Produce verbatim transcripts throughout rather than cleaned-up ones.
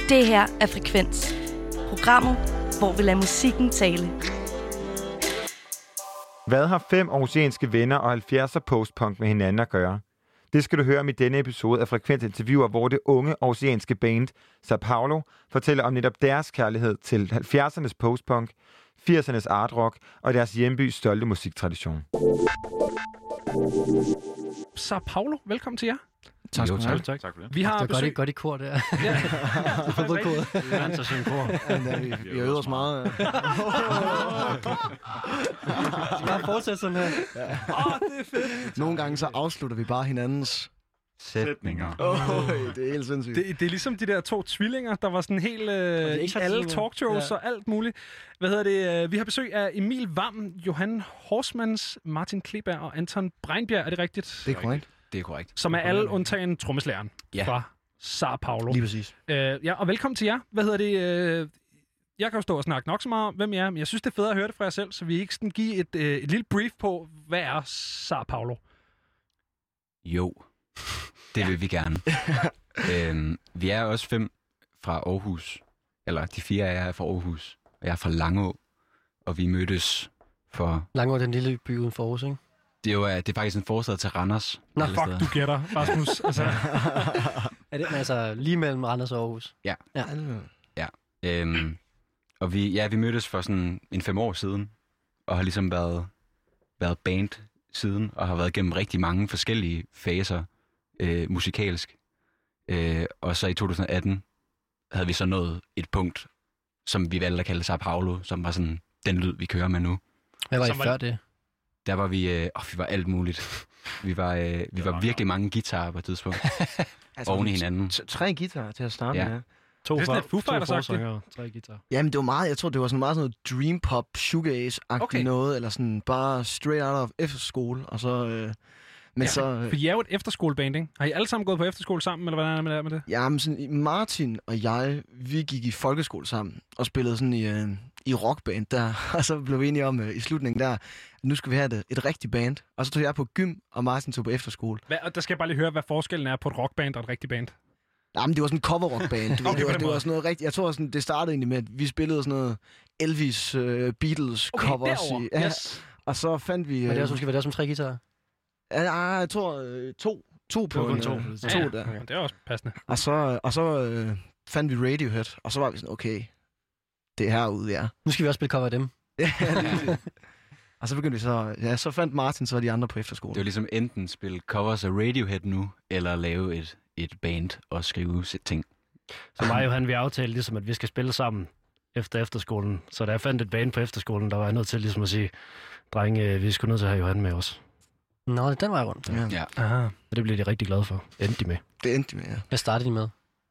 Det her er Frekvens. Programmet, hvor vi lader musikken tale. Hvad har fem aarhusianske venner og halvfjerdser postpunk med hinanden at gøre? Det skal du høre om i denne episode af Frekvens interviewer, hvor det unge aarhusianske band Sao Paulo fortæller om netop deres kærlighed til halvfjerdsernes postpunk, firsernes artrock og deres hjembys stolte musiktradition. Sao Paulo, velkommen til jer. Tak skal du have. Tak, tak for det. Vi har Det er besøg... godt i, godt i kor, der. Ja, ja, det er fodboldkoret. Vi er vant til sin kor. Ja, vi, vi har øvet os meget. Ja. Så bare fortsætte sådan her. Ja. Åh, det er fedt. Nogle gange så afslutter vi bare hinandens Sætninger. oh, det er helt sindssygt. Det, det er ligesom de der to tvillinger, der var sådan helt øh, i alle talkshows ja. og alt muligt. Hvad hedder det? Vi har besøg af Emil Vam, Johan Horsmans, Martin Kleberg og Anton Breinbjerg. Er det rigtigt? Det er korrekt. Det er korrekt. Som er alle undtagen trommeslageren ja. fra Sao Paulo. Lige præcis. Øh, ja, og velkommen til jer. Hvad hedder det? Øh, jeg kan jo stå og snakke nok så meget om, hvem jeg er, men jeg synes, det er fedt at høre det fra jer selv, så vi ikke sådan give et, øh, et lille brief på, hvad er Sao Paulo? Jo, det vil vi gerne. øhm, vi er også fem fra Aarhus, eller de fire af jer er fra Aarhus, og jeg er fra Langå, og vi mødtes for... Langå er den lille by uden for Aarhus, ikke? Det er jo det er faktisk en forstad til Randers. Nå, fuck, steder. Du gætter, Rasmus. altså. Er det altså lige mellem Randers og Aarhus? Ja. Ja. ja. Øhm, og vi, ja, vi mødtes for sådan en fem år siden, og har ligesom været, været band siden, og har været gennem rigtig mange forskellige faser øh, musikalsk. Øh, og så i to tusind atten havde vi så nået et punkt, som vi valgte at kalde Sao Paulo, som var sådan den lyd, vi kører med nu. Hvad var I som før det? Der var vi, øh, åh, vi var alt muligt. Vi var, øh, vi var virkelig mange guitarer på et tidspunkt. altså, oven i hinanden. T- tre guitarer til at starte ja. med. To det er sådan et Foo Fighters-agtigt. Tre guitarer. Jamen, det var meget, jeg tror, det var sådan meget sådan noget dream pop, shoegaze-agtigt okay. noget, eller sådan bare straight out of efterskole, og så... Øh, men ja, så... Øh, for I er jo et efterskoleband, ikke? Har I alle sammen gået på efterskole sammen, eller hvordan er det med det? Jamen, sådan, Martin og jeg, vi gik i folkeskole sammen, og spillede sådan i, øh, i rockband der, og så blev vi enige om øh, i slutningen der, nu skal vi have et, et rigtigt band. Og så tog jeg på gym, og Martin tog på efterskole. Hvad, og der skal jeg bare lige høre, hvad forskellen er på et rockband og et rigtigt band. Jamen, det var sådan en cover-rockband. Det, okay, det, var, det var sådan noget rigtigt. Jeg tror, sådan, det startede egentlig med, at vi spillede sådan noget Elvis, uh, Beatles okay, covers. I, ja, yes. Og så fandt vi... Uh, Men det er også måske være der som tre guitarer? Ja, jeg tror uh, to. To på en, to. Uh, ja, to ja. der. Okay, det er også passende. Og så, og så uh, fandt vi Radiohead, og så var vi sådan, okay, det er herude, ja. Nu skal vi også spille cover af dem. Og så begyndte vi så... Ja, så fandt Martin så de andre på efterskolen. Det var ligesom enten spille covers af Radiohead nu, eller lave et, et band og skrive ting. Så mig og Johan, vi aftalte ligesom, at vi skal spille sammen efter efterskolen. Så da jeg fandt et band på efterskolen, der var jeg nødt til ligesom at sige, drenge, vi skulle nødt til at have Johan med os. Nå, den var jeg rundt. Ja. Ja. Aha. Og det blev de rigtig glade for. Endte de med. Det endte de med, ja. Hvad startede de med?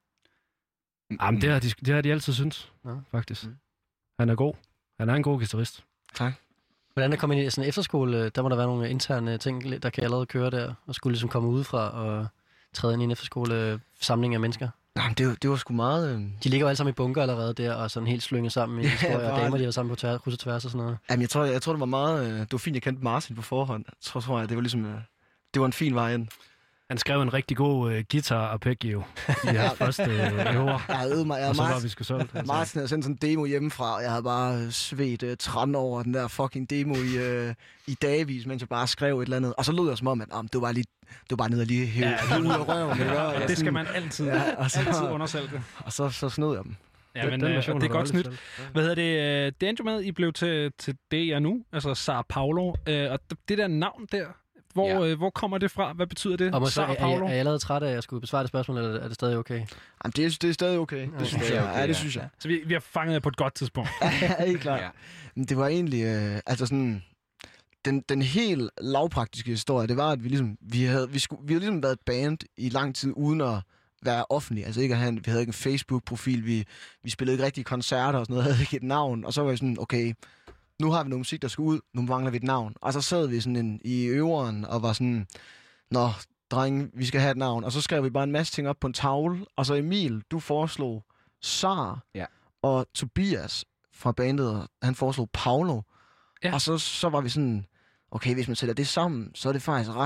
Jamen, det har de, det har de altid syntes, ja, faktisk. Mm. Han er god. Han er en god guitarist. Tak. Hvordan er kommet ind i sådan en efterskole? Der må der være nogle interne ting, der kan allerede køre der, og skulle ligesom komme udefra og træde ind i en efterskole samling af mennesker. Nej, det, det var sgu meget... Øh... De ligger jo alle sammen i bunker allerede der, og sådan helt slynget sammen i Ja, historier, og bare- damer, de var sammen på tværs, kryds og tværs og sådan noget. Jamen, jeg tror, jeg, jeg tror, det var meget... Øh... Det var fint, jeg kendte Martin på forhånd. Jeg tror, tror jeg, det var ligesom... Øh... Det var en fin vej ind. Han skrev en rigtig god uh, guitar-arpeggio i hans første uh, øver. Jeg havde øvet mig. Jeg Og så Martin, var vi sgu solgt. Altså. Martin havde sendt sådan en demo hjemmefra, og jeg havde bare svedt uh, træn over den der fucking demo i, uh, i dagvis, mens jeg bare skrev et eller andet. Og så lød jeg som om, at um, det var lige... Det var bare ned og lige hæve Ja, ud af røven. Det, var, Ja, det skal man altid, Ja, og så- altid undersælge. Og så, så snød jeg dem. Ja, Den- men den øh, version og det er har du godt aldrig snydt. solgt. Hvad hedder det? øh, Det endte jo med, at I blev til, til det, jeg er nu, altså Sao Paulo. Øh, og det der navn der, hvor, Ja. øh, hvor kommer det fra? Hvad betyder det? Og måske, Sao er, er, Paulo? er jeg allerede træt af, at jeg skulle besvare det spørgsmål, eller er det stadig okay? Jamen, det, er, det er stadig okay. Det synes det er jeg. okay, Ja, det ja. synes jeg. Så vi, vi har fanget jer på et godt tidspunkt. Ja, helt klart. Ja. Men det var egentlig, øh, altså sådan, den, den helt lavpraktiske historie, det var, at vi ligesom, vi havde, vi skulle, vi havde ligesom været et band i lang tid, uden at være offentlige. Altså ikke at have en, vi havde ikke en Facebook-profil, vi, vi spillede ikke rigtige koncerter og sådan noget, havde ikke et navn, og så var vi sådan, okay, nu har vi noget musik, der skal ud, nu mangler vi et navn. Og så sad vi sådan en, i øveren og var sådan, nå, drenge, vi skal have et navn. Og så skrev vi bare en masse ting op på en tavle, og så Emil, du foreslog Sar, Ja. og Tobias fra bandet, han foreslog Paulo. Ja. Og så, så var vi sådan, okay, hvis man sætter det sammen, så er det faktisk ret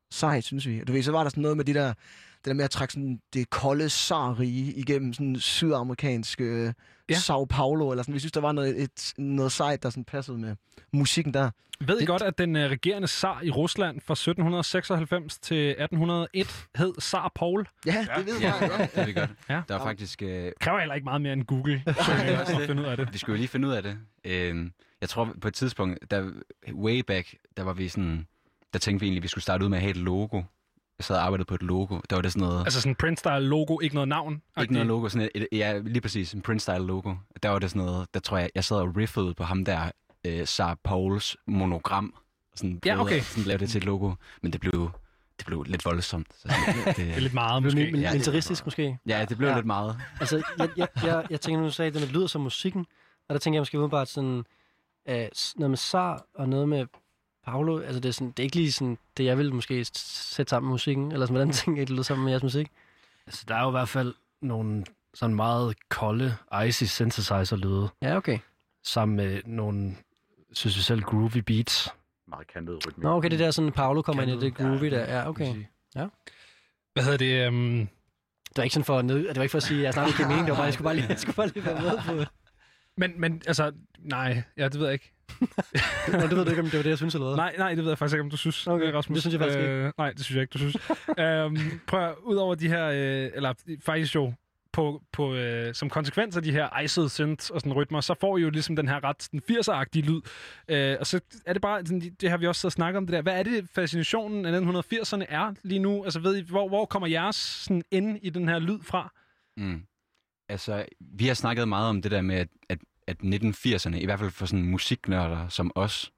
sejt, synes vi. Og du ved, så var der sådan noget med de der, det der med at trække sådan det kolde tsarrige igennem sådan sydamerikansk øh, ja. Sao Paulo, eller sådan. Vi synes, der var noget, et, noget sejt, der sådan passede med musikken der. Ved I det... godt, at den uh, regerende zar i Rusland fra sytten seksoghalvfems til atten hundrede og et hed Zar Paul? Ja, det ved ja, jeg. Ja, det ved vi godt. Ja. Der var faktisk... Øh... Kræver heller ikke meget mere end Google. Så vi finde ud af det. Vi skulle jo lige finde ud af det. Øh, jeg tror, på et tidspunkt, der, way back, der var vi sådan... Der tænkte vi egentlig, at vi skulle starte ud med at have et logo. Jeg sad og arbejdede på et logo. Der var det sådan noget... Altså sådan en print-style logo, ikke noget navn? Ikke noget logo. Sådan et, et, ja, lige præcis. En print-style logo. Der var det sådan noget... Der tror jeg, jeg sad og riffede på ham der, øh, Zar Pauls monogram. Sådan ja, okay. Sådan lavede det til et logo. Men det blev... Det blev lidt voldsomt. Så sådan, det, det er lidt meget, måske. Men, ja, militaristisk, måske? Ja, det blev ja. lidt meget. Altså, jeg, jeg, jeg, jeg tænker, nu du sagde, at det lyder som musikken. Og der tænker jeg måske udenbart sådan... Uh, noget med Zar og noget med Paulo. Altså, det er, sådan, det er ikke lige sådan, det jeg vil måske sætte sammen med musikken. Eller sådan, hvordan tænker jeg, det lyder sammen med jeres musik? Altså, der er jo i hvert fald nogle sådan meget kolde, icy synthesizer-lyde. Ja, okay. Sammen med nogle, synes vi selv, groovy beats. Meget kantet rytme. Nå, okay, det der sådan, Paulo kommer ind i det groovy ja, der. Ja, okay. Ja. Hvad hedder det? Um... Det var ikke sådan for at ned... Det var ikke for at sige, at jeg snakkede ikke mening. Det var bare, jeg skulle bare lige, jeg skulle bare lige være med på det. Men, men altså, nej, ja, det ved jeg ikke. Nå, det ved du ikke, om det var det, jeg synes, eller hvad? Nej, nej, det ved jeg faktisk ikke, om du synes, okay. Rasmus. Det synes jeg faktisk ikke. Øh, nej, det synes jeg ikke, du synes. øhm, prøv at, ud over de her, øh, eller faktisk jo, på, på, øh, som konsekvens af de her iced synth og sådan rytmer, så får I jo ligesom den her ret sådan firser-agtige lyd. Øh, og så er det bare, sådan, det har vi også så snakket om det der. Hvad er det, fascinationen af nitten firserne er lige nu? Altså ved I, hvor, hvor kommer jeres sådan ind i den her lyd fra? Mm. Altså, vi har snakket meget om det der med, at, at, at nitten firserne, i hvert fald for sådan musiknørder som os,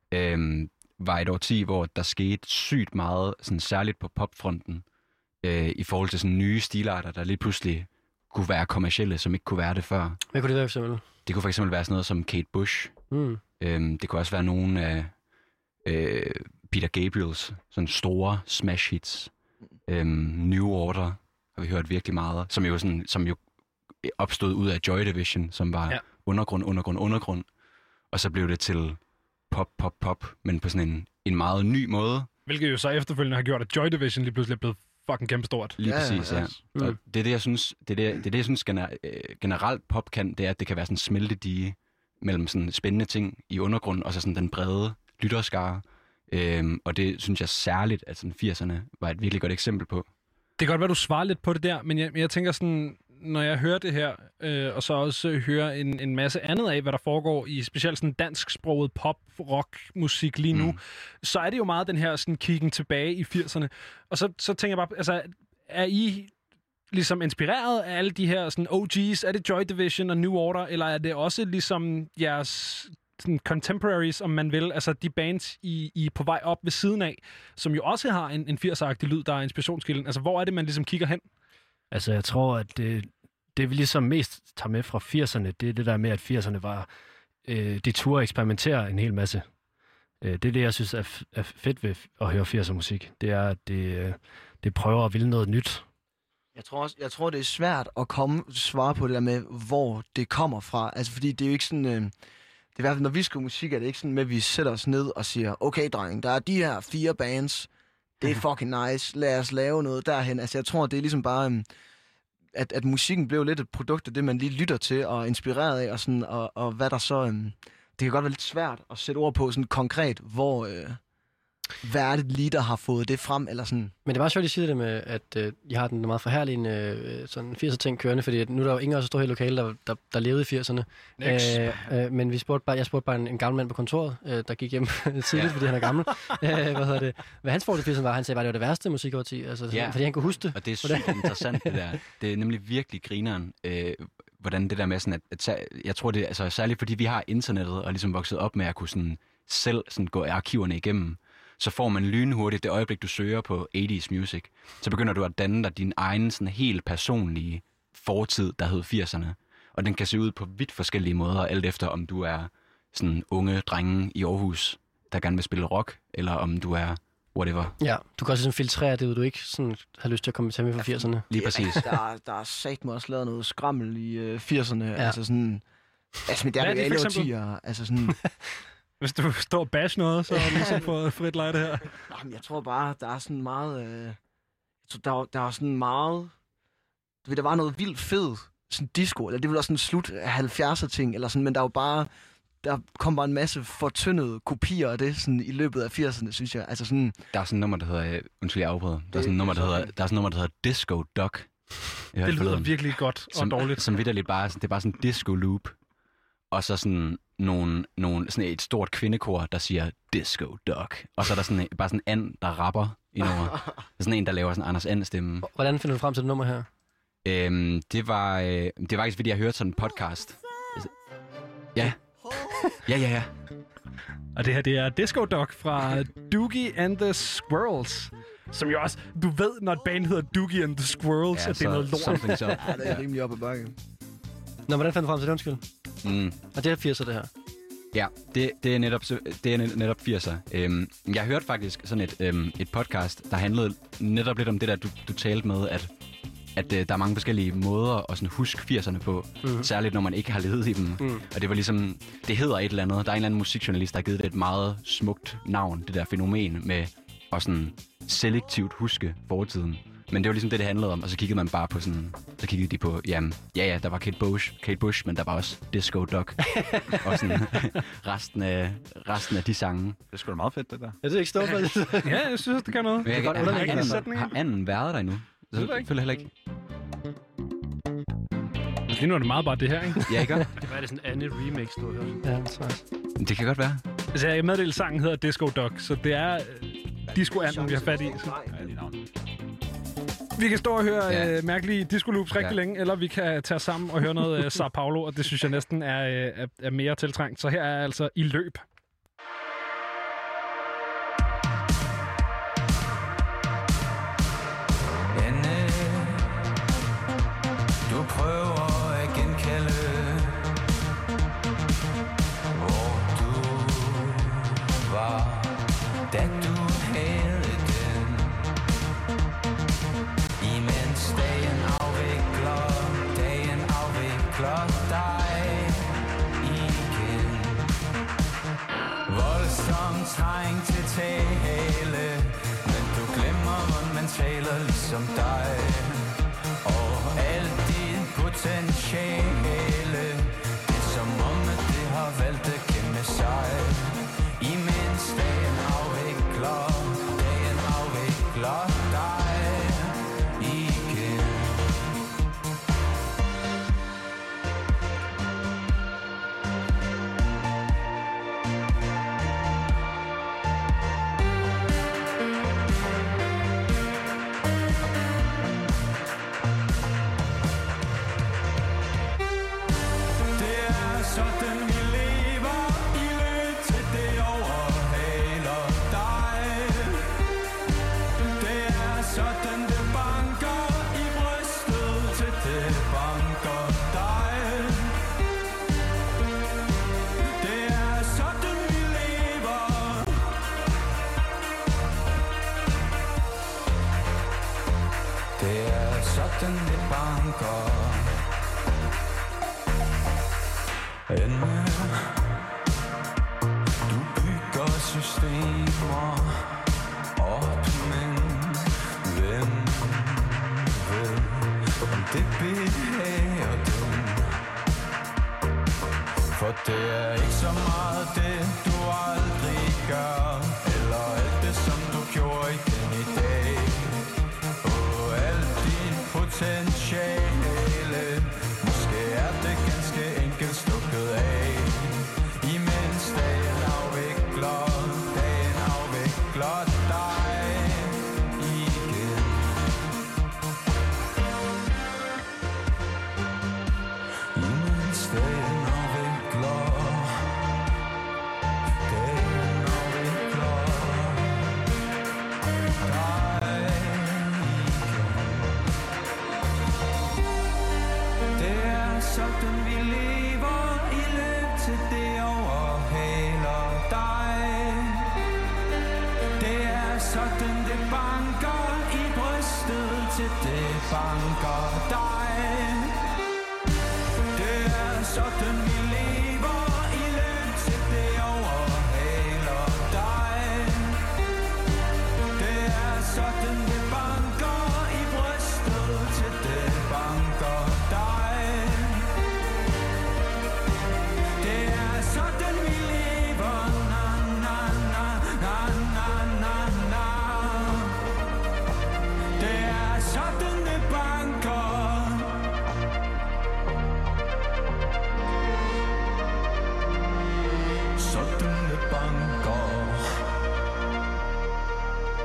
øhm, var et årti, hvor der skete sygt meget, sådan særligt på popfronten, øh, i forhold til sådan nye stilarter, der lige pludselig kunne være kommercielle, som ikke kunne være det før. Hvad kunne det være for eksempel? Det kunne for eksempel være sådan noget som Kate Bush. Mm. Øhm, det kunne også være nogle af øh, Peter Gabriels sådan store smash hits. Øhm, New Order har vi hørt virkelig meget, som jo, sådan, som jo opstod ud af Joy Division, som var ja. undergrund, undergrund, undergrund. Og så blev det til pop, pop, pop, men på sådan en, en meget ny måde. Hvilket jo så efterfølgende har gjort, at Joy Division lige pludselig er blevet fucking kæmpestort. Lige ja, præcis, ja. ja. Mm. Og det er det, jeg synes, det er det, det, er det, jeg synes gener, generelt pop kan, det er, at det kan være sådan en smeltedige mellem sådan spændende ting i undergrunden, og så sådan den brede lytterskare. Øhm, og det synes jeg særligt, at sådan firserne var et virkelig godt eksempel på. Det kan godt være, du svarer lidt på det der, men jeg, men jeg tænker sådan, når jeg hører det her, øh, og så også hører en, en masse andet af, hvad der foregår i specielt sådan dansksproget pop-rock-musik lige nu, mm. så er det jo meget den her sådan kiggen tilbage i firserne. Og så, så tænker jeg bare, altså, er I ligesom inspireret af alle de her sådan O G's? Er det Joy Division og New Order, eller er det også ligesom jeres sådan contemporaries, om man vil, altså de bands, I, I er på vej op ved siden af, som jo også har en, en firser-agtig lyd, der er inspirationskilden. Altså, hvor er det, man ligesom kigger hen? Altså, jeg tror, at det, det vi ligesom mest tager med fra firserne, det er det der med, at firserne var, øh, de turde eksperimentere en hel masse. Øh, det er det, jeg synes er, f- er fedt ved at høre firser musik. Det er, at det, øh, det prøver at ville noget nyt. Jeg tror også, jeg tror, det er svært at komme svare på det der med, hvor det kommer fra. Altså, fordi det er jo ikke sådan... Øh, det er i hvert fald, når vi skriver musik, er det ikke sådan med, at vi sætter os ned og siger, okay, dreng, der er de her fire bands, det er fucking nice, lad os lave noget derhen. Altså, jeg tror, det er ligesom bare, um, at, at musikken blev lidt et produkt af det, man lige lytter til og er inspireret af, og, sådan, og, og hvad der så... Um, det kan godt være lidt svært at sætte ord på sådan konkret, hvor... Øh, hvad er det lige, der har fået det frem, eller sådan? Men det er meget sjovt, at I siger det med, at øh, jeg har den meget forherligende øh, sådan firser-ting kørende, fordi nu er der jo ingen af os, der står her i lokalet, der, der, der levede i firserne. Øh, øh, men vi spurgte bare, jeg spurgte bare en, en gammel mand på kontoret, øh, der gik hjem tidligt, ja. fordi han er gammel. øh, hvad hedder det? Hvad hans forhold til firserne var, han sagde bare, det var det værste musikårti, altså, ja. fordi han kunne huske det. Og det er sygt interessant, det der. Det er nemlig virkelig grineren, øh, hvordan det der med sådan, at, at jeg tror det, altså særligt fordi vi har internettet, og ligesom vokset op med at kunne sådan, selv sådan, gå arkiverne igennem, så får man lynhurtigt det øjeblik, du søger på eighties music. Så begynder du at danne dig din egen sådan helt personlige fortid, der hed firserne. Og den kan se ud på vidt forskellige måder, alt efter om du er sådan unge drenge i Aarhus, der gerne vil spille rock, eller om du er whatever. Ja, du kan også sådan filtrere det, du ikke sådan har lyst til at komme til med fra firserne. Lige præcis. Ja, der, der er satme også lavet noget skrammel i øh, firserne. Ja. Altså sådan... Altså, men det er jo alle årtier. Altså sådan... Hvis du står og bash noget, så har du ligesom fået frit lejde her. Jamen, jeg tror bare, der er sådan meget... Øh, jeg tror, der, er, der er sådan meget... Du ved, der var noget vildt fedt sådan disco, eller det var også sådan slut af halvfjerdser ting, eller sådan, men der er jo bare... Der kom bare en masse fortyndede kopier af det sådan, i løbet af firserne, synes jeg. Altså sådan... Der er sådan en nummer, der hedder... Uh, undskyld, jeg afbryder. Der er sådan en nummer, der hedder, der er sådan en nummer, der hedder Disco Duck. Det lyder virkelig godt og som, dårligt. Som vitterligt bare... Det er bare sådan en disco loop. Og så sådan, nogle, nogle, sådan et stort kvindekor, der siger Disco Duck. Og så er der sådan en, bare sådan en and, der rapper i nummer. Der er sådan en, der laver sådan Anders And-stemme. Hvordan finder du frem til det nummer her? Øhm, det var... Øh, det var faktisk, fordi jeg hørte sådan en podcast. Ja. Ja, ja, ja. Og det her, det er Disco Duck fra Doogie and the Squirrels. Som jo også... Du ved, når et band hedder Doogie and the Squirrels, ja, at det er noget lort. Så. Ja, det er rimelig op ad bakken. Nå, hvordan fandt du frem til det, undskyld? Mm. Og det er firser, det her? Ja, det, det, er netop, det er netop firser. Øhm, jeg hørte faktisk sådan et, øhm, et podcast, der handlede netop lidt om det der, du, du talte med, at, at øh, der er mange forskellige måder at sådan huske firserne på. Mm-hmm. Særligt, når man ikke har levet i dem. Mm. Og det var ligesom, det hedder et eller andet. Der er en eller anden musikjournalist, der har givet det et meget smukt navn, det der fænomen med at sådan selektivt huske fortiden. Men det var ligesom det, det handlede om, og så kiggede man bare på sådan... Så kiggede de på, jamen, ja ja, der var Kate Bush, Kate Bush, men der var også Disco Duck. Og sådan resten af, resten af de sange. Det er sgu da meget fedt, det der. Er det ikke stort? Ja, jeg synes, det kan noget. Men jeg, det kan, godt, har, anden, anden, har anden været der endnu? Så det føler heller ikke. Lige nu er det meget bare det her, ikke? Ja, ikke? Det var det sådan en anden remix, du har hørt. Ja, det tror jeg. Det kan godt være. Altså, jeg meddelte, sangen hedder Disco Duck, så det er uh, disco-anden, vi har fat i. Så. Ja, lige navn. Vi kan stå og høre Ja. uh, mærkelige disco-loops rigtig ja. længe, eller vi kan tage sammen og høre noget uh, Sao Paulo, og det synes jeg næsten er, uh, er, er mere tiltrængt. Så her er altså I løb. Du prøver at genkalde, hvor du var, da du havde den. Imens dagen afvikler, dagen afvikler dig igen. Voldsom træng til tale, men du glemmer, hvordan man taler ligesom dig. Og alt dit potentiale, det er som om, at det har valgt at gemme sig. Imens dagen afvikler, dagen afvikler dig igen. Sådan vi lever i løb til det overhaler dig. Det er sådan det banker i brystet til det banker dig. Det er sådan vi lever. Det er sådan det banker. Ende. Du bygger systemer op, men hvem ved, om det behager dem? For det er ikke så meget det, du aldrig gør, eller alt det, som du gjorde igen i dag. Og alt dit potentiale, måske er det ganske enkelt stukket af. Imens dagen afvikler, dagen afvikler dig igen. Imens dagen afvikler, dagen afvikler dig igen. Det er sådan vi lever i løb til det overhaler dig. Det er sådan det banker i brystet til det banker dig. Det er sådan vi lever i løb til det overhaler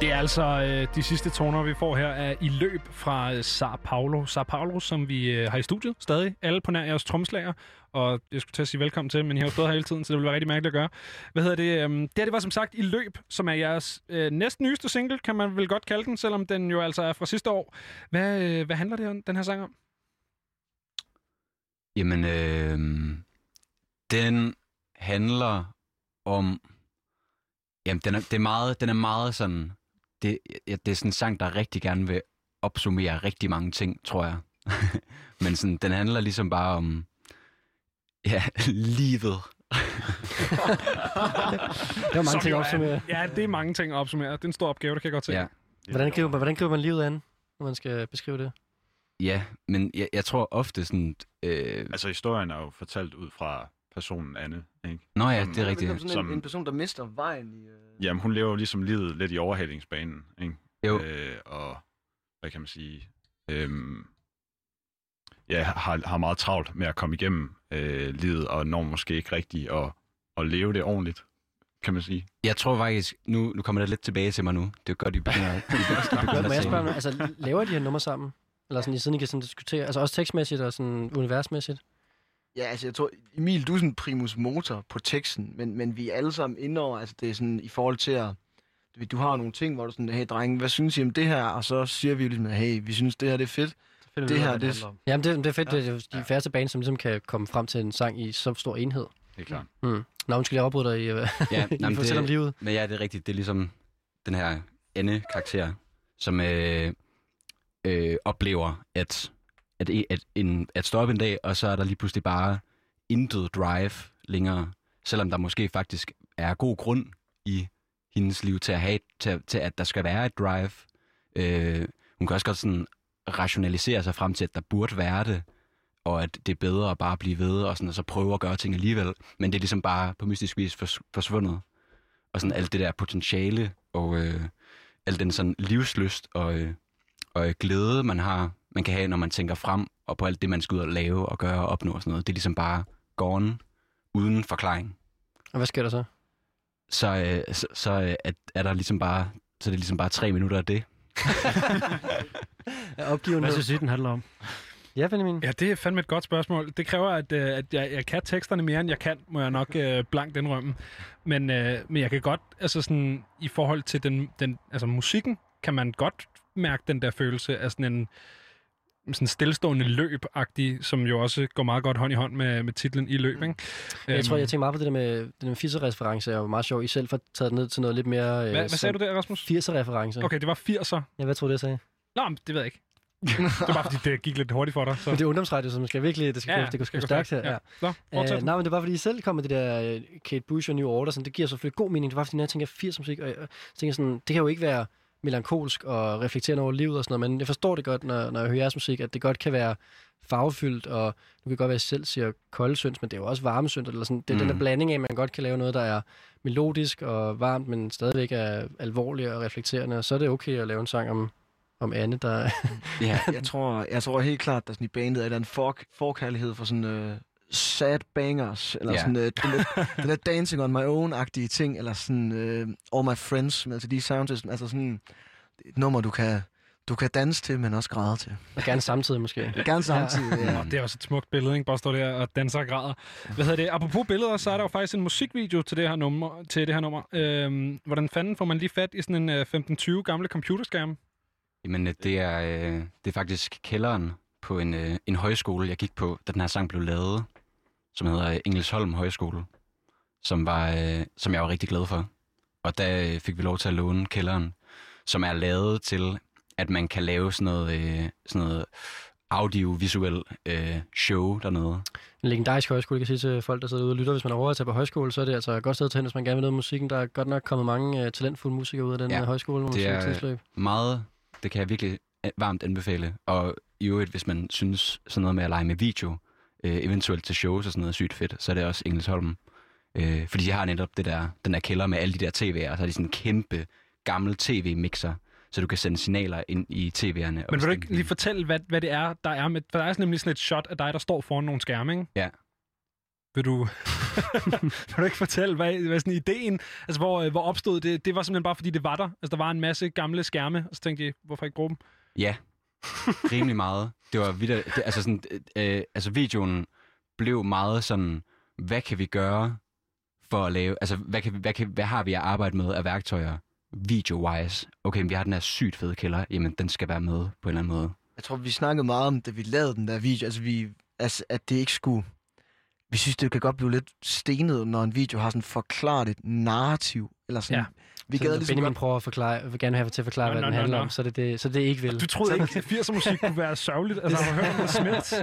Det er altså øh, de sidste toner, vi får her af I løb fra øh, Sao Paulo. Sao Paulo, som vi øh, har i studiet stadig. Alle på nær jeres tromslager. Og jeg skulle til at sige velkommen til, men I har jo stået her hele tiden, så det ville være rigtig mærkeligt at gøre. Hvad hedder det? Øhm, det her, det var som sagt I løb, som er jeres øh, næsten nyeste single, kan man vel godt kalde den, selvom den jo altså er fra sidste år. Hvad, øh, hvad handler det om, den her sang om? Jamen, øh, den handler om... Jamen, den er, det er meget, den er meget sådan... Det, det er sådan en sang, der rigtig gerne vil opsummere rigtig mange ting, tror jeg. Men sådan, den handler ligesom bare om... Ja, livet. Det er mange ting at opsummere. Ja, det er mange ting at opsummere. Det er en stor opgave, det kan jeg godt se. Ja. Hvordan griber, hvordan griber man livet an, når man skal beskrive det? Ja, men jeg, jeg tror ofte sådan... Øh... Altså, historien er jo fortalt ud fra personen Anne, ikke? Nå ja, som, det er rigtigt. Sådan som, en, en person, der mister vejen i... Øh... Jamen, hun lever jo ligesom livet lidt i overhalingsbanen, ikke? Jo. Øh, og, hvad kan man sige... Øhm, ja, har, har meget travlt med at komme igennem øh, livet, og når måske ikke rigtigt at, at leve det ordentligt, kan man sige. Jeg tror faktisk... Nu, nu kommer det lidt tilbage til mig nu. Det er godt, I begynder, I begynder Må jeg at spørge, mig, altså, laver de her numre sammen? Eller sådan, siden I kan sådan diskutere? Altså også tekstmæssigt og sådan universmæssigt? Ja, altså jeg tror, Emil, du er sådan primus motor på teksten, men, men vi er alle sammen inde over, altså det er sådan i forhold til at, du, du har nogle ting, hvor du sådan, hey drenge, hvad synes I om det her? Og så siger vi jo ligesom, hey, vi synes det her det er fedt. Det, det her, det er... Jamen det, det er fedt, ja. det er de ja. færreste bands, som ligesom kan komme frem til en sang i så stor enhed. Det er klart. Mm. Nå, undskyld, jeg afbryder dig i, uh, ja, I jamen, fortæller om livet. Men ja, det er rigtigt. Det er ligesom den her Anne-karakter, som øh, øh, oplever at, at, at, en, at stå op en dag, og så er der lige pludselig bare intet drive længere, selvom der måske faktisk er god grund i hendes liv til at, have, til, til at der skal være et drive. Øh, hun kan også godt sådan rationalisere sig frem til, at der burde være det, og at det er bedre at bare blive ved, og, sådan, og så prøve at gøre ting alligevel. Men det er ligesom bare på mystisk vis forsvundet. Og sådan alt det der potentiale, og øh, al den sådan livslyst og, øh, og glæde, man har, man kan have, når man tænker frem, og på alt det, man skal ud og lave og gøre og opnå og sådan noget. Det er ligesom bare gone, uden forklaring. Og hvad sker der så? Så, øh, så, så øh, er, er der ligesom bare, så er det ligesom bare tre minutter af det. Hvad synes I, den handler om? Ja, Benjamin. Ja, det er fandme et godt spørgsmål. Det kræver, at, øh, at jeg, jeg kan teksterne mere, end jeg kan, må jeg nok øh, blankt indrømme. Men, øh, men jeg kan godt, altså sådan, i forhold til den, den, altså musikken, kan man godt mærke den der følelse af sådan en sådan stillestående løb-agtig, som jo også går meget godt hånd i hånd med, med titlen I løb, ikke? Jeg Um, tror, jeg tænker meget på det der med den firser-reference, er jo meget sjov. I selv får taget det ned til noget lidt mere... Hvad, hvad sagde du der, Rasmus? firser-reference. Okay, det var firser. Ja, hvad tror du, jeg sagde? Nå, men det ved jeg ikke. Det var bare, fordi det gik lidt hurtigt for dig. Så. Men det er ungdomsradio, så man skal virkelig... Det skal, ja, ja, det skal, skal gå stærkt her. Ja. Ja. Nå, fortsæt. Uh, nej, men det var, fordi I selv kom med det der uh, Kate Bush og New Order, sådan, det giver selvfølgelig god mening. Det var, fordi når jeg tænker firs musik, og jeg tænker sådan, det kan jo ikke være melankolsk og reflekterende over livet og sådan noget, men jeg forstår det godt, når, når jeg hører jeres musik, at det godt kan være farvefyldt, og nu kan godt være, at jeg selv siger koldsyns, men det er jo også varmesyndt, eller sådan. Det er mm. den der blanding af, at man godt kan lave noget, der er melodisk og varmt, men stadigvæk er alvorlig og reflekterende, og så er det okay at lave en sang om, om Anne, der... ja, jeg tror, jeg tror helt klart, der sådan i bandet er der en for, forkærlighed for sådan uh, sad bangers, eller yeah. sådan uh, den, der, den der Dancing on My Own-agtige ting, eller sådan uh, All My Friends, altså de sounds, altså sådan et nummer, du kan, du kan danse til, men også græde til. Og gerne samtidig måske. Gerne samtidig, ja. ja. Det er også et smukt billede, ikke? Bare stå der og danser og græder. Hvad hedder det? Apropos billeder, så er der jo faktisk en musikvideo til det her nummer. Til det her nummer. Øhm, hvordan fanden får man lige fat i sådan en uh, femten tyve gamle computerskærm? Jamen, det er, øh, det er faktisk kælderen på en, øh, en højskole, jeg gik på, da den her sang blev lavet, som hedder Engelsholm Højskole, som, var, øh, som jeg var rigtig glad for. Og der fik vi lov til at låne kælderen, som er lavet til, at man kan lave sådan noget, øh, sådan noget audiovisuel øh, show dernede. En legendarisk højskole, jeg kan sige til folk, der sidder ude og lytter. Hvis man er over at tage på højskole, så er det altså et godt sted til hen, hvis man gerne vil noget musikken. Der er godt nok kommet mange uh, talentfulde musikere ud af den ja, højskole. Det er meget, det kan jeg virkelig varmt anbefale. Og i øvrigt, hvis man synes sådan noget med at lege med video, øh, eventuelt til shows og sådan noget sygt fedt, så er det også Engelsholm. Øh, fordi de har netop det der, den der kælder med alle de der tv'er, og så er de sådan en kæmpe gammel tv-mixer, så du kan sende signaler ind i tv'erne. Men vil du ikke lige fortælle, hvad, hvad det er, der er med... For der er nemlig sådan et shot af dig, der står foran nogle skærme, ikke? Ja. Vil du, vil du ikke fortælle, hvad, hvad sådan ideen, altså hvor, hvor opstod det? Det var simpelthen bare, fordi det var der. Altså, der var en masse gamle skærme, og så tænkte jeg, hvorfor ikke bruge dem? Ja, rimelig meget. Det var vidt, det, altså sådan, øh, altså videoen blev meget sådan, hvad kan vi gøre for at lave, altså hvad, kan vi, hvad, kan, hvad har vi at arbejde med af værktøjer video-wise? Okay, vi har den her sygt fede kælder, jamen den skal være med på en eller anden måde. Jeg tror, vi snakkede meget om, da vi lavede den der video, altså, vi, altså at det ikke skulle... Vi synes, det kan godt blive lidt stenet, når en video har sådan forklaret et narrativ, eller sådan... Ja. Vi så gad når ligesom Benjamin godt... prøver at forklare, vil gerne have til at forklare, nå, hvad nå, den handler nå, nå. om, så det, det, så det ikke vil. Du troede ikke, at firserne musik kunne være sørgeligt? Altså, har du hørt om det smidt?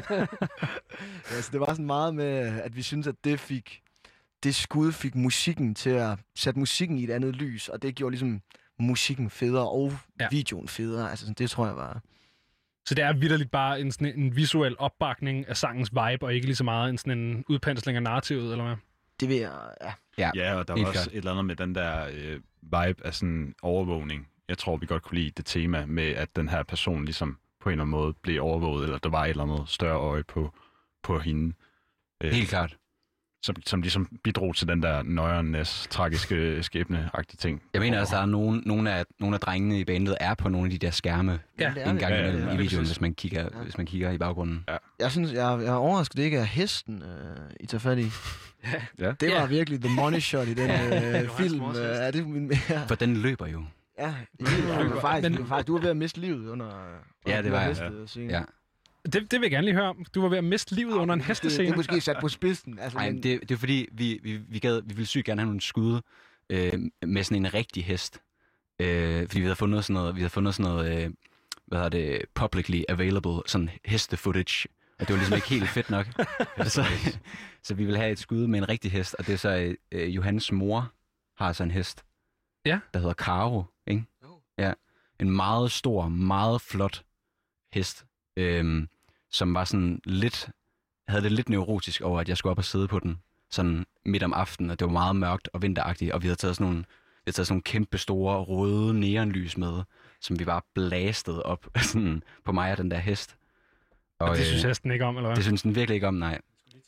Ja, altså, det var sådan meget med, at vi synes, at det fik... Det skud fik musikken til at sætte musikken i et andet lys, og det gjorde ligesom musikken federe og ja. videoen federe. Altså, det tror jeg var... Så det er vitterligt bare en, sådan en visuel opbakning af sangens vibe, og ikke lige så meget en, sådan en udpensling af narrativet, eller hvad? Det vil jeg, ja. Ja, ja og der var også klart. Et eller andet med den der øh, vibe af sådan overvågning. Jeg tror, vi godt kunne lide det tema med, at den her person ligesom på en eller anden måde blev overvåget, eller der var et eller andet større øje på, på hende. Øh, Helt klart. Som, som ligesom bidrog til den der nøjernes tragiske skæbne-agtige ting. Jeg mener altså, at der er nogle, nogle, af, nogle af drengene i bandet er på nogle af de der skærme ja, en gang ja, imellem ja, ja, i videoen, hvis man, kigger, ja. hvis man kigger i baggrunden. Ja. Jeg synes, jeg, jeg er overrasket, det ikke er hesten, øh, I tager fat i. Ja. Det var ja. virkelig the money shot i den øh, film. Øh, er det min mere? For den løber jo. Ja, det var faktisk, det var faktisk, du var ved at miste livet under... Ja, under det var jeg. Ja. Ja. Det, det vil jeg gerne lige høre om. Du var ved at miste livet ja, under en det, hestescene. Det er måske sat på spidsen. Altså, Ej, men... det, det er fordi, vi, vi, vi, gad, vi ville sygt gerne have nogle skud øh, med sådan en rigtig hest. Øh, fordi vi havde fundet sådan noget, vi havde fundet sådan noget øh, hvad hedder det, publicly available, sådan heste-footage. Og det var ligesom ikke helt fedt nok. så, så vi ville have et skud med en rigtig hest, og det er så øh, Johannes mor har så en hest, ja. der hedder Caro, ikke? Ja. En meget stor, meget flot hest. Øhm, som var sådan lidt, havde det lidt neurotisk over, at jeg skulle op og sidde på den, sådan midt om aftenen, og det var meget mørkt og vinteragtigt, og vi havde taget sådan nogle, vi havde taget sådan nogle kæmpe store røde neonlys med, som vi bare blastede op sådan, på mig og den der hest. Og, og det synes hesten ikke om, eller hvad? Det synes den virkelig ikke om, nej.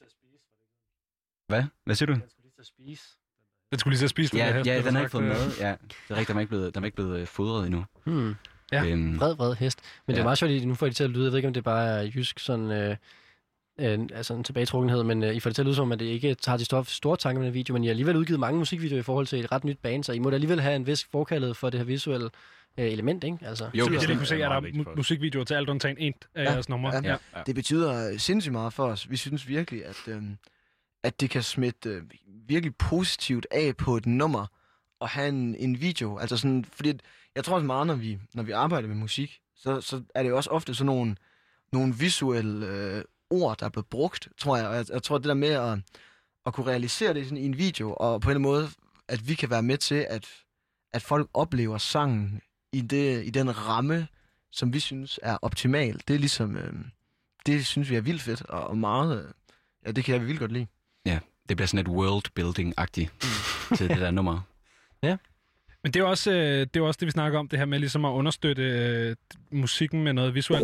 Hvad? Hvad siger du? Den skulle lige til at spise. Den skulle lige til at spise, ja, den der hest. Ja, den har ikke fået mad. Ja, det er rigtigt, den er ikke blevet, den er ikke blevet fodret endnu. Hmm. Ja. Øhm, vred, vred hest. Men ja. Det er meget sjovt, at nu får I det til at lyde, jeg ved ikke, om det bare er jysk sådan, øh, øh, altså en tilbagetrukkenhed, men øh, I får det til at lyde som, at det ikke tager de store, store tanker med den video, men I har alligevel udgivet mange musikvideoer i forhold til et ret nyt band, så I må da alligevel have en vis forkaldet for det her visuelle øh, element, ikke? Altså, jo, så jeg kunne se, at der er mu- musikvideoer til alt undtagen en af ja. jeres numre. Ja. Ja. Det betyder sindssygt meget for os. Vi synes virkelig, at, øh, at det kan smitte øh, virkelig positivt af på et nummer, og have en, en video. Altså sådan, fordi jeg tror også meget, når vi, når vi arbejder med musik, så, så er det jo også ofte sådan nogle, nogle visuelle øh, ord, der er blevet brugt, tror jeg. Og jeg, jeg tror, det der med at, at kunne realisere det sådan i en video, og på en måde, at vi kan være med til, at, at folk oplever sangen i, det, i den ramme, som vi synes er optimal. Det er ligesom, øh, det synes vi er vildt fedt, og, og meget, øh, ja, det kan jeg vildt godt lide. Ja, det bliver sådan et world-building-agtigt mm. til det der nummer. Ja. Men det er, også, det er også det, vi snakker om, det her med ligesom at understøtte øh, musikken med noget visuelt.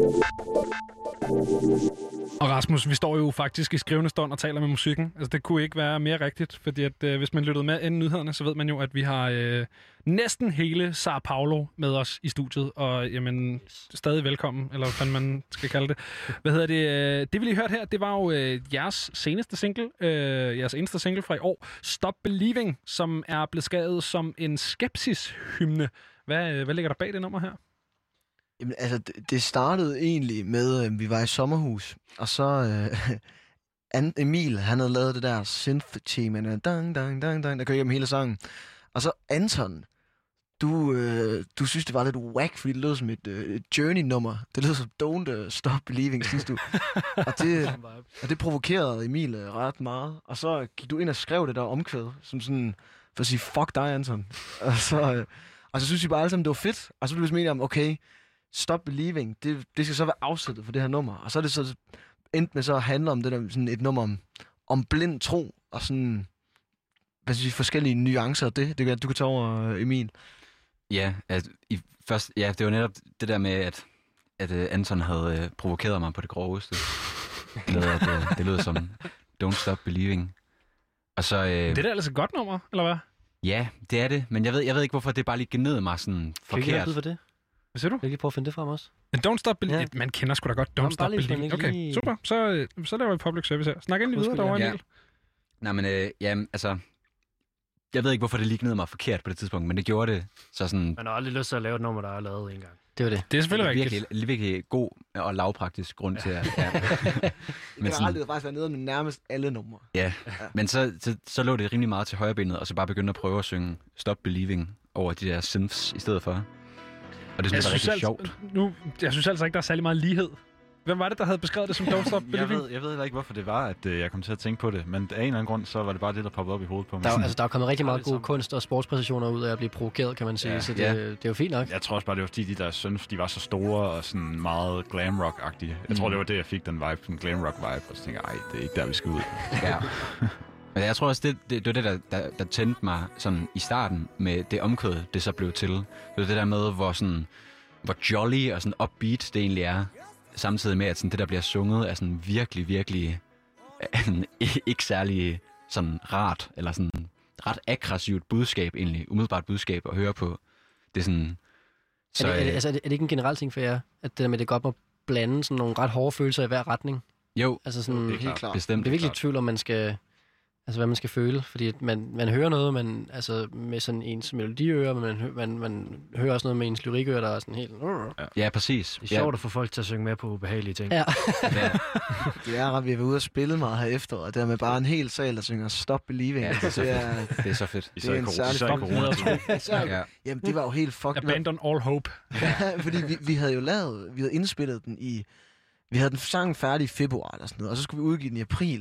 Og Rasmus, vi står jo faktisk i skrivende stund og taler med musikken. Altså, det kunne ikke være mere rigtigt, fordi at, øh, hvis man lyttede med inden nyhederne, så ved man jo, at vi har øh, næsten hele Sao Paulo med os i studiet. Og jamen, stadig velkommen, eller hvad man skal kalde det. Hvad hedder det? Øh, det, vi lige hørte her, det var jo øh, jeres seneste single, øh, jeres eneste single fra i år, Stop Believing, som er blevet skadet som en skepsis-hymne. Hvad, øh, hvad ligger der bag det nummer her? Jamen, altså, det startede egentlig med, at vi var i sommerhus, og så øh, Emil, han havde lavet det der synth-tema, dang, dang, dang, dang, der kører igennem hele sangen. Og så Anton, du, øh, du synes, det var lidt whack, fordi det lød som et, øh, et Journey-nummer. Det lød som Don't uh, Stop Believing, synes du. og, det, og det provokerede Emil øh, ret meget. Og så gik du ind og skrev det der omkvæd, som sådan, for at sige, fuck dig, Anton. Og så, øh, og så synes vi bare alle sammen, det var fedt. Og så blev vi sådan enige om, okay, Stop Believing, det, det skal så være afsættet for det her nummer. Og så er det så endt med så at handle om det der, sådan et nummer om, om blind tro, og sådan, hvad skal jeg sige, forskellige nuancer af det. Det kan du kan tage over, Emil. Ja, at i først, ja, det var netop det der med, at, at uh, Anton havde uh, provokeret mig på det groveste. Med, at uh, det lød som Don't Stop Believing. Og så, øh, det er da altså et godt nummer, eller hvad? Ja, det er det. Men jeg ved, jeg ved ikke, hvorfor det bare lige gnede mig sådan forkert. Kan du ikke for det? Hvad siger du? Kan jeg lige prøve at finde det frem også? Men Don't Stop Believing. Ja. Man kender sgu da godt Don't Jamen, Stop Believing. Okay, lige... super. Så, så laver vi public service her. Snak endelig videre derovre, ja. Emil. Nej, men øh, jamen, altså... Jeg ved ikke, hvorfor det lige gnede mig forkert på det tidspunkt, men det gjorde det. Så sådan... Man har aldrig lyst til at lave et nummer, der er lavet en gang. Det var det. Det er selvfølgelig det er rigtigt. virkelig, virkelig god og lavpraktisk grund til at... Ja. men det har aldrig faktisk været nede med nærmest alle numre. Ja, ja. Men så, så, så lå det rimelig meget til højrebenet, og så bare begyndte at prøve at synge Stop Believing over de der synths i stedet for. Og det synes jeg var rigtig altså, sjovt. Nu, jeg synes altså ikke, der er særlig meget lighed. Hvem var det, der havde beskrevet det som Don't Stop Believing? jeg, ved, jeg ved heller ikke, hvorfor det var, at øh, jeg kom til at tænke på det. Men af en eller anden grund, så var det bare det, der poppede op i hovedet på mig. Der, altså, der er kommet rigtig meget gode kunst- og sportspræcisioner ud af at blive provokeret, kan man sige. Ja. Så det, Ja. det er jo fint nok. Jeg tror også bare, det var fordi, de der synths, de var så store og sådan meget glam rock-agtige. Jeg mm. tror, det var det, jeg fik den vibe, den glam rock-vibe. Og så tænkte jeg, ej, det er ikke der, vi skal ud. Ja. Men jeg tror også, det, det, det var det, der, der, der tændte mig sådan i starten med det omkød, det så blev til. Det var det der med, hvor, sådan, hvor jolly og sådan upbeat det egentlig er. Samtidig med, at sådan, det, der bliver sunget, er sådan virkelig, virkelig øh, ikke særlig sådan rart, eller sådan ret aggressivt budskab egentlig, umiddelbart budskab at høre på. Det er sådan... Så, er, det, er, det, altså, er, det, er det ikke en generel ting for jer, at det der med, det godt må blande sådan nogle ret hårde følelser i hver retning? Jo, altså sådan, det er helt klart. Bestemt. Det er virkelig tvivl, om man skal... Altså, hvad man skal føle, fordi man, man hører noget, man, altså, med sådan ens melodiører, men man, man, man hører også noget med ens lyrikører, der er sådan helt... Ja, ja præcis. Det er sjovt at få folk til at synge med på ubehagelige ting. Ja. Ja. Det er ret, vi har været ude og spille meget her efter, og der med bare en hel sal, der synger Stop Believing. Ja, det, det, er, det er så fedt. Det er en særlig corona. Ja. Jamen, det var jo helt fucked. Abandon all hope. Ja, fordi vi, vi havde jo lavet, vi havde indspillet den i, vi havde den sang færdig i februar eller sådan noget, og så skulle vi udgive den i april.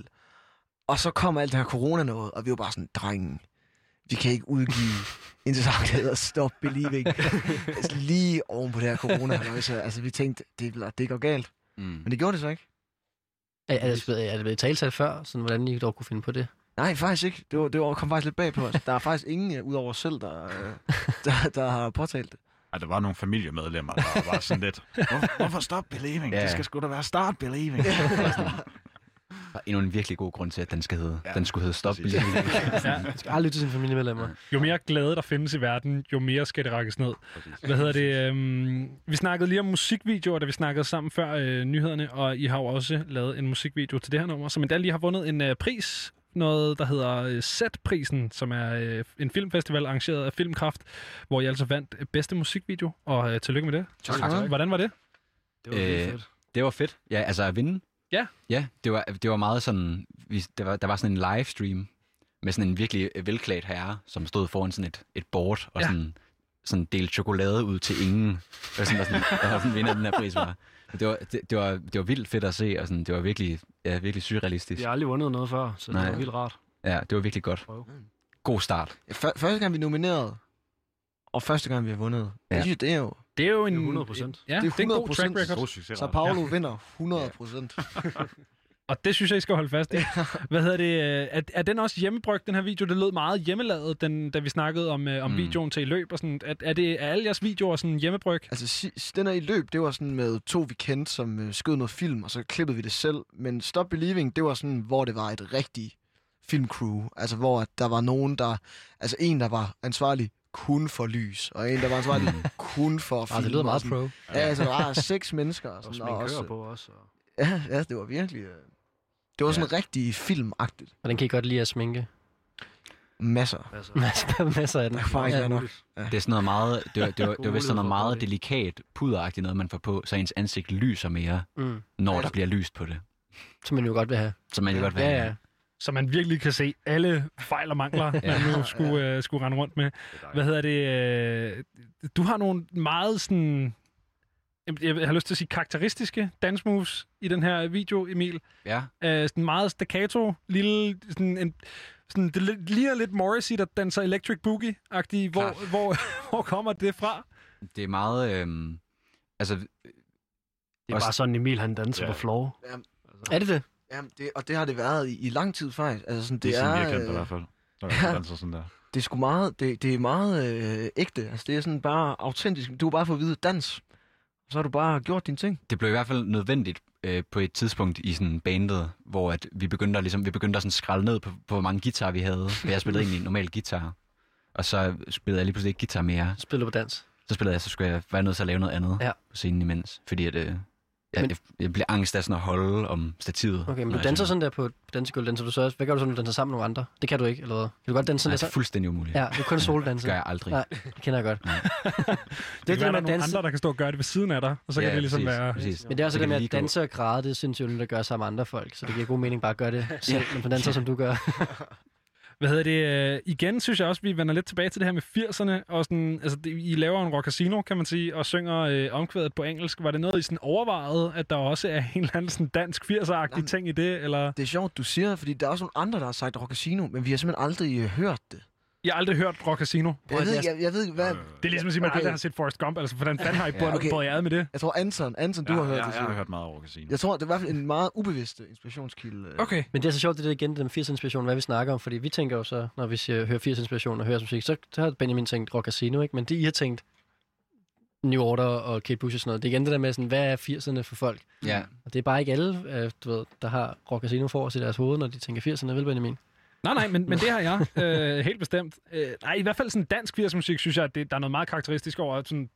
Og så kom alt det her corona noget, og vi var bare sådan, drengen, vi kan ikke udgive en sang, der hedder Stop Believing. Altså lige oven på det her corona. Altså vi tænkte, det, det går galt. Mm. Men det gjorde det så ikke. Er, er, det, er det blevet talsat før, sådan, hvordan I dog kunne finde på det? Nej, faktisk ikke. Det, var, det var, kom faktisk lidt bag på os. Der er faktisk ingen, uh, udover os selv, der, der, der har påtalt det. Ej, der var nogle familiemedlemmer, der var sådan lidt, Hvor, hvorfor Stop Believing? Ja. Det skal sgu da være Start Believing. Der er endnu en virkelig god grund til, at den, skal hedde, ja, den skulle hedde Stop Believing. Ja. Man skal aldrig lytte til sine familiemedlemmer. Jo mere glæde, der findes i verden, jo mere skal det rækkes ned. Hvad hedder det? Øhm, vi snakkede lige om musikvideoer, da vi snakkede sammen før øh, nyhederne, og I har jo også lavet en musikvideo til det her nummer, som endda lige har vundet en øh, pris, noget, der hedder øh, Z-prisen, som er øh, en filmfestival arrangeret af Filmkraft, hvor I altså vandt øh, bedste musikvideo, og øh, tillykke med det. Tak. Hvordan var det? Det var øh, fedt. Det var fedt. Ja, altså at vinde. Ja. Ja, det var, det var meget sådan, vi, det var, der var sådan en livestream med sådan en virkelig velklædt herre, som stod foran sådan et, et board og ja. sådan, sådan delte chokolade ud til ingen. Og sådan, og sådan, der var sådan vinder den her pris var. Det var, det, det, var, det var vildt fedt at se, og sådan, det var virkelig, ja, virkelig surrealistisk. Jeg har aldrig vundet noget før, så det Nej. var vildt rart. Ja, det var virkelig godt. God start. Ja, f- første gang vi nomineret, og første gang vi har vundet. Ja. Det, det er jo... Det er jo en... hundrede procent. Ja, det er, det er en god track record. Så Paulo ja. vinder hundrede procent. Og det synes jeg, I skal holde fast i. Hvad hedder det? Er, er den også hjemmebrygt, den her video? Det lød meget hjemmelavet, den, da vi snakkede om, om mm. videoen til i løb. Og sådan. Er, er, det, er alle jeres videoer sådan hjemmebryg? Altså, den er i løb, det var sådan med to, vi kendte, som øh, skød noget film, og så klippede vi det selv. Men Stop Believing, det var sådan, hvor det var et rigtigt filmcrew. Altså, hvor der var nogen, der... Altså, en, der var ansvarlig kun for lys, og en, der var ansvarlig kun for film. Ah, det lyder meget pro. Ja, altså, der var seks mennesker. Og, sådan, og også på også. Og... Ja, ja, det var virkelig... Øh... Det var sådan ja. rigtig filmagtigt. Hvordan kan I godt lide at sminke? Masser. Masser, masser af den. Der er faktisk ja. nok. Ja. Det er sådan noget meget, det var, det var, det var vist sådan noget meget delikat, puderagtigt noget, man får på, så ens ansigt lyser mere, mm. når ja. der bliver lyst på det. Som man jo godt vil have. Som man jo ja. godt vil have. Ja, ja. Så man virkelig kan se alle fejl og mangler, ja. man nu skulle, uh, skulle rende rundt med. Hvad hedder det? Uh, du har nogle meget sådan... Jeg har lyst til at sige karakteristiske dance moves i den her video, Emil. Ja. Uh, sådan meget staccato, lille... Sådan en, sådan, det ligner lidt Morrissey, der danser Electric Boogie-agtig. Hvor, hvor, hvor kommer det fra? Det er meget... Øhm, altså... Det er også, bare sådan, Emil han danser yeah. på floor. Ja. Altså. Er det det? Ja, det, og det har det været i, i lang tid faktisk. Altså, sådan, det, det er sådan, jeg er, kendte i hvert fald. Der ja, danser sådan der. Det er sgu meget, det, det er meget øh, ægte. Altså, det er sådan bare autentisk. Du har bare fået at vide dans. Så har du bare gjort dine ting. Det blev i hvert fald nødvendigt øh, på et tidspunkt i sådan bandet, hvor at vi begyndte at, ligesom, vi begyndte at sådan skralde ned på, på, hvor mange guitar vi havde. Jeg spillede egentlig normal guitar, og så spillede jeg lige pludselig ikke guitar mere. Spillede på dans? Så spillede jeg, så skulle jeg være nødt til at lave noget andet ja. på scenen imens, fordi at, øh, jeg, men... jeg, jeg bliver angst af sådan at holde om stativet. Okay, men du danser sådan der på dansegulv, danser du så også? Hvad gør du så, når du danser sammen med nogle andre? Det kan du ikke, eller hvad? Kan du godt danse sådan Nej, der? det er fuldstændig umuligt. Ja, du kun solodanse. Det gør jeg aldrig. Nej, det kender jeg godt. det, det kan være, der er nogle andre, der kan stå og gøre det ved siden af dig, og så ja, kan det ligesom præcis, være... Præcis. Men det er også det der med at danse og græde, det synes jeg jo, der gør sammen med andre folk, så det giver god mening bare at gøre det selv, men man danser, som du gør. Hvad hedder det? Igen synes jeg også, vi vender lidt tilbage til det her med firserne, og sådan, altså, I laver en Rock Casino, kan man sige, og synger øh, omkvædet på engelsk. Var det noget, I sådan overvejede, at der også er en eller anden sådan dansk firser-agtig ting i det, eller? Det er sjovt, du siger, fordi der er også nogle andre, der har sagt Rock Casino, men vi har simpelthen aldrig øh, hørt det. Jeg har aldrig hørt Rock Casino. Jeg ved, jeg, jeg ved ikke, hvad... Det er ligesom at sige, at man okay. aldrig har set Forrest Gump, altså hvordan fanden har I båret okay. jer ad med det? Jeg tror, Anton, Anton du ja, har hørt ja, det. Jeg har hørt meget over Casino. Jeg tror, det er i hvert fald en meget ubevidst inspirationskilde. Okay. Men det er så sjovt, det der igen, det med firs-inspiration, hvad vi snakker om, fordi vi tænker jo så, når vi siger, hører firs-inspiration og hører musik, så, så har Benjamin tænkt Rock Casino, ikke? Men det I har tænkt New Order og Kate Bush og sådan noget, det er igen det der med sådan, hvad er firserne for folk? Ja. Og det er bare ikke alle, øh, du ved, der har Rock Casino for os i deres hoved, når de tænker firserne, vel Benjamin? Nej, nej, men, men det har jeg øh, helt bestemt. Øh, nej, i hvert fald sådan dansk firs-musik, synes jeg, at det, der er noget meget karakteristisk over. Sådan,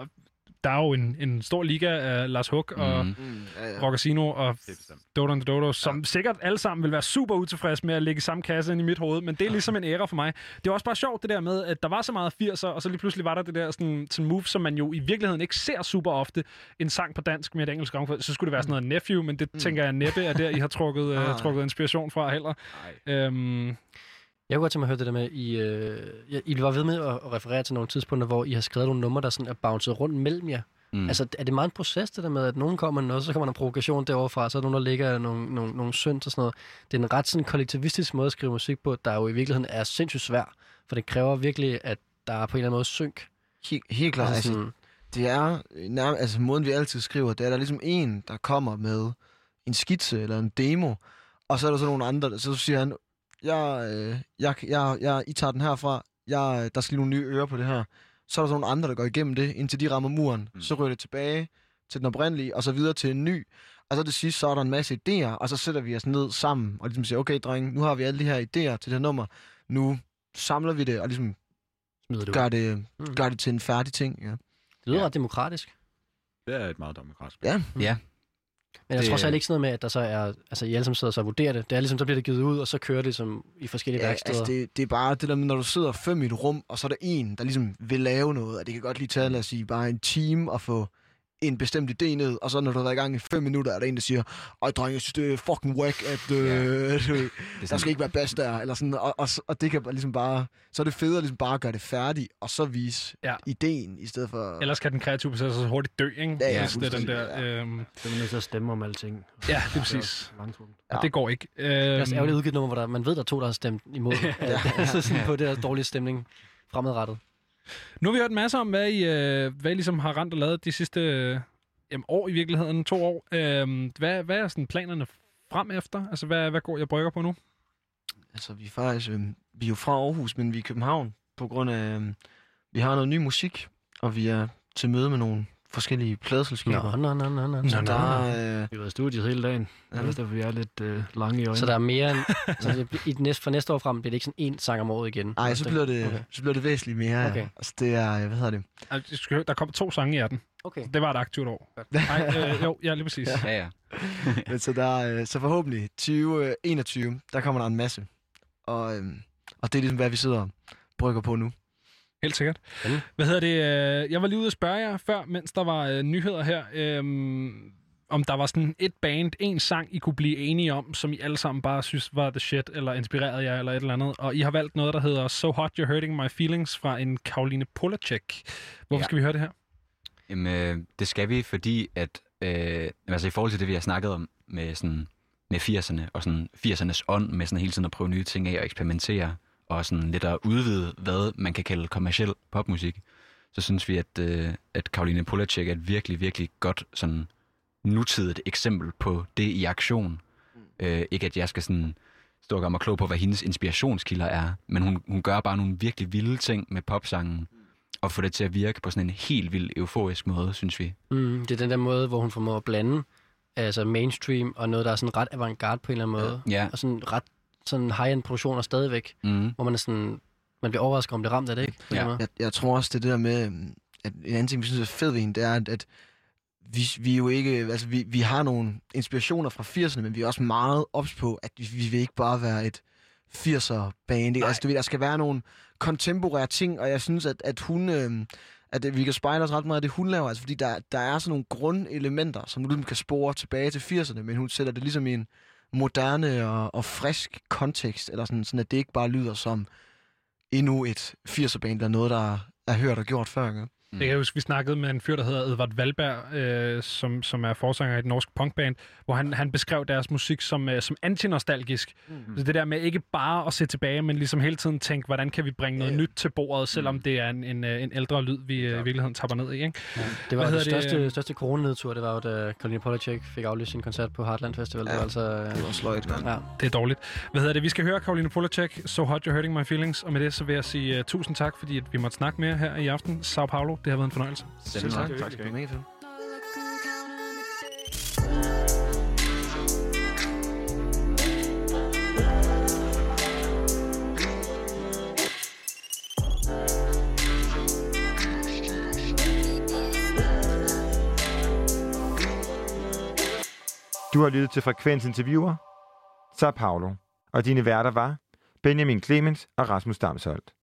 der er jo en, en stor liga af Lars Hug og Mm. Mm, ja, ja. Rock Casino og Dodo and the Dodo, som Ja. sikkert alle sammen vil være super utilfredse med at ligge i samme kasse ind i mit hoved, men det er ligesom en æra for mig. Det er også bare sjovt det der med, at der var så meget firser, og så lige pludselig var der det der sådan, sådan move, som man jo i virkeligheden ikke ser super ofte. En sang på dansk med et engelsk omkvæd, så skulle det være sådan noget Nephew, men det mm. tænker jeg næppe er der, I har trukket, uh, trukket inspiration fra heller. Øhm, Jeg kunne godt tænke mig at høre det der med, I, øh, I var ved med at, at referere til nogle tidspunkter, hvor I har skrevet nogle numre, der sådan er bounced rundt mellem jer. Mm. Altså, er det meget en proces, det der med, at nogen kommer med noget, så kommer der en provokation derovre fra, så er der nogen, der ligger nogle, nogle, nogle synds og sådan noget. Det er en ret sådan kollektivistisk måde at skrive musik på, der jo i virkeligheden er sindssygt svær, for det kræver virkelig, at der er på en eller anden måde synk. Helt, helt klart. Altså, sådan, det er nærmest, altså måden vi altid skriver, det er der ligesom en, der kommer med en skitse eller en demo, og så er der så nogle andre, der, så siger han, jeg, øh, jeg, jeg, jeg, I tager den herfra, jeg, der skal lige nogle nye ører på det her. Så er der så nogle andre, der går igennem det, indtil de rammer muren. Mm. Så ryger det tilbage til den oprindelige, og så videre til en ny. Og så til sidst, så er der en masse idéer, og så sætter vi os ned sammen, og ligesom siger, okay drenge, nu har vi alle de her idéer til det her nummer. Nu samler vi det, og ligesom det gør, det, mm. gør det til en færdig ting. Ja. Det lyder ja. ret demokratisk. Det er et meget demokratisk. Ja. Ja. Men jeg tror så ikke sådan noget med, at der så er, altså I alle sammen sidder så og vurderer det. Det er ligesom, så bliver det givet ud, og så kører det som i forskellige ja, værksteder. Altså det, det er bare det der med, når du sidder fem i et rum, og så er der en, der ligesom vil lave noget, og det kan godt lige tage, lad os sige, bare en time og få en bestemt idé ned, og så når du har været i gang i fem minutter, er der en, der siger, ej dreng, jeg synes, det er fucking whack, at øh, ja. du, der skal ikke være bass der, eller sådan, og, og, og det kan ligesom bare, så er det federe ligesom bare at gøre det færdigt, og så vise ja. ideen, i stedet for... Ellers kan den kreative proces så hurtigt dø, ikke? Ja, ja, det er den der... Ja. Øhm... Så er man nødt til at stemme om alting. Ja, det er præcis. Ja. Og det går ikke. Øhm... Det er også ærgerligt udgivet nummer, hvor der, man ved, der er to, der har stemt imod. ja. Altså sådan på det der dårlige stemning fremadrettet. Nu har vi hørt en masse om, hvad I, øh, hvad I ligesom har rent og lavet de sidste øh, jamen, år i virkeligheden, to år. Øh, hvad, hvad er sådan planerne frem efter? Altså, hvad, hvad går jeg brygger på nu? Altså, vi er faktisk... Øh, vi er jo fra Aarhus, men vi er i København, på grund af... Øh, vi har noget ny musik, og vi er til møde med nogle forskellige pladeselskaber. Nå, nå, nå, nå. Så der er... Øh, vi har været i studiet hele dagen. Ja. Det er derfor, vi er lidt øh, lange i øjnene. Så der er mere end... så det, i næste, for næste år frem bliver det ikke sådan én sang om året igen? Nej, så bliver det, okay. så bliver det væsentligt mere. Okay. Altså, det er... Hvad hedder det? Altså, der kommer to sange i atten. Okay. Det var et aktivt år. Nej, øh, jo, ja, lige præcis. Ja, ja. Men så, der, så forhåbentlig tyve enogtyve, der kommer der en masse. Og, øhm, og det er ligesom, hvad vi sidder og brygger på nu. Helt sikkert. Mm. Hvad hedder det? Jeg var lige ude at spørge jer før, mens der var øh, nyheder her, øhm, om der var sådan et band, en sang, I kunne blive enige om, som I alle sammen bare synes var the shit, eller inspirerede jer, eller et eller andet. Og I har valgt noget, der hedder So Hot You're Hurting My Feelings fra en Caroline Polachek. Hvorfor ja. skal vi høre det her? Jamen, øh, det skal vi, fordi at, øh, altså i forhold til det, vi har snakket om med, sådan, med firserne, og sådan firsernes ånd, med sådan hele tiden at prøve nye ting af og eksperimentere, og sådan lidt at udvide, hvad man kan kalde kommerciel popmusik, så synes vi, at, øh, at Caroline Polachek er et virkelig, virkelig godt sådan nutidigt eksempel på det i aktion. Mm. Øh, ikke at jeg skal sådan stå og gøre mig klog på, hvad hendes inspirationskilder er, men hun, hun gør bare nogle virkelig vilde ting med popsangen, mm. og får det til at virke på sådan en helt vild euforisk måde, synes vi. Mm, det er den der måde, hvor hun formår at blande altså mainstream, og noget, der er sådan ret avantgarde på en eller anden måde. Ja. Og sådan ret sådan high-end produktioner stadigvæk, Mm. hvor man er sådan, man bliver overrasket om det ramt af det, ikke? På Ja. den måde. Jeg, jeg tror også, det er det der med, at en anden ting, vi synes er fed ved hende, det er, at, at vi, vi jo ikke, altså vi, vi har nogle inspirationer fra firserne, men vi er også meget ops på, at vi, vi vil ikke bare være et firser-band. Ikke? Altså du ved, der skal være nogle kontemporære ting, og jeg synes, at, at hun... Øh, at vi kan spejle os ret meget af det, hun laver, altså fordi der, der er sådan nogle grundelementer, som du ligesom kan spore tilbage til firserne, men hun sætter det ligesom i en moderne og, og frisk kontekst, eller sådan, sådan, at det ikke bare lyder som endnu et firser-band, eller noget, der er hørt og gjort før. Ikke? Mm. Jeg kan huske, vi snakkede med en fyr, der hedder Edvard Valberg, øh, som, som er forsanger i et norsk punkband, hvor han, han beskrev deres musik som, øh, som antinostalgisk. Mm. Så det der med ikke bare at se tilbage, men ligesom hele tiden tænke, hvordan kan vi bringe noget yeah. nyt til bordet, selvom mm. det er en, en, en ældre lyd, vi øh, i virkeligheden tapper ned i. Ikke? Ja. Det var det største, det? største coronanedtur, det var jo, da Carolina Polachek fik aflyst sin koncert på Heartland Festival. Ja. Det var altså... Øh, det var sløjt, man. Ja. Det er dårligt. Hvad hedder det? Vi skal høre Carolina Polachek, So Hot You're Hurting My Feelings, og med det så vil jeg sige uh, tusind tak, fordi at vi måtte snakke mere her i aften. Sao Paulo, det har været en fornøjelse. Selv tak. Tak skal du have. Du har lyttet til Frekvens Interviewer, Sao Paulo, og dine værter var Benjamin Clemens og Rasmus Damsholt.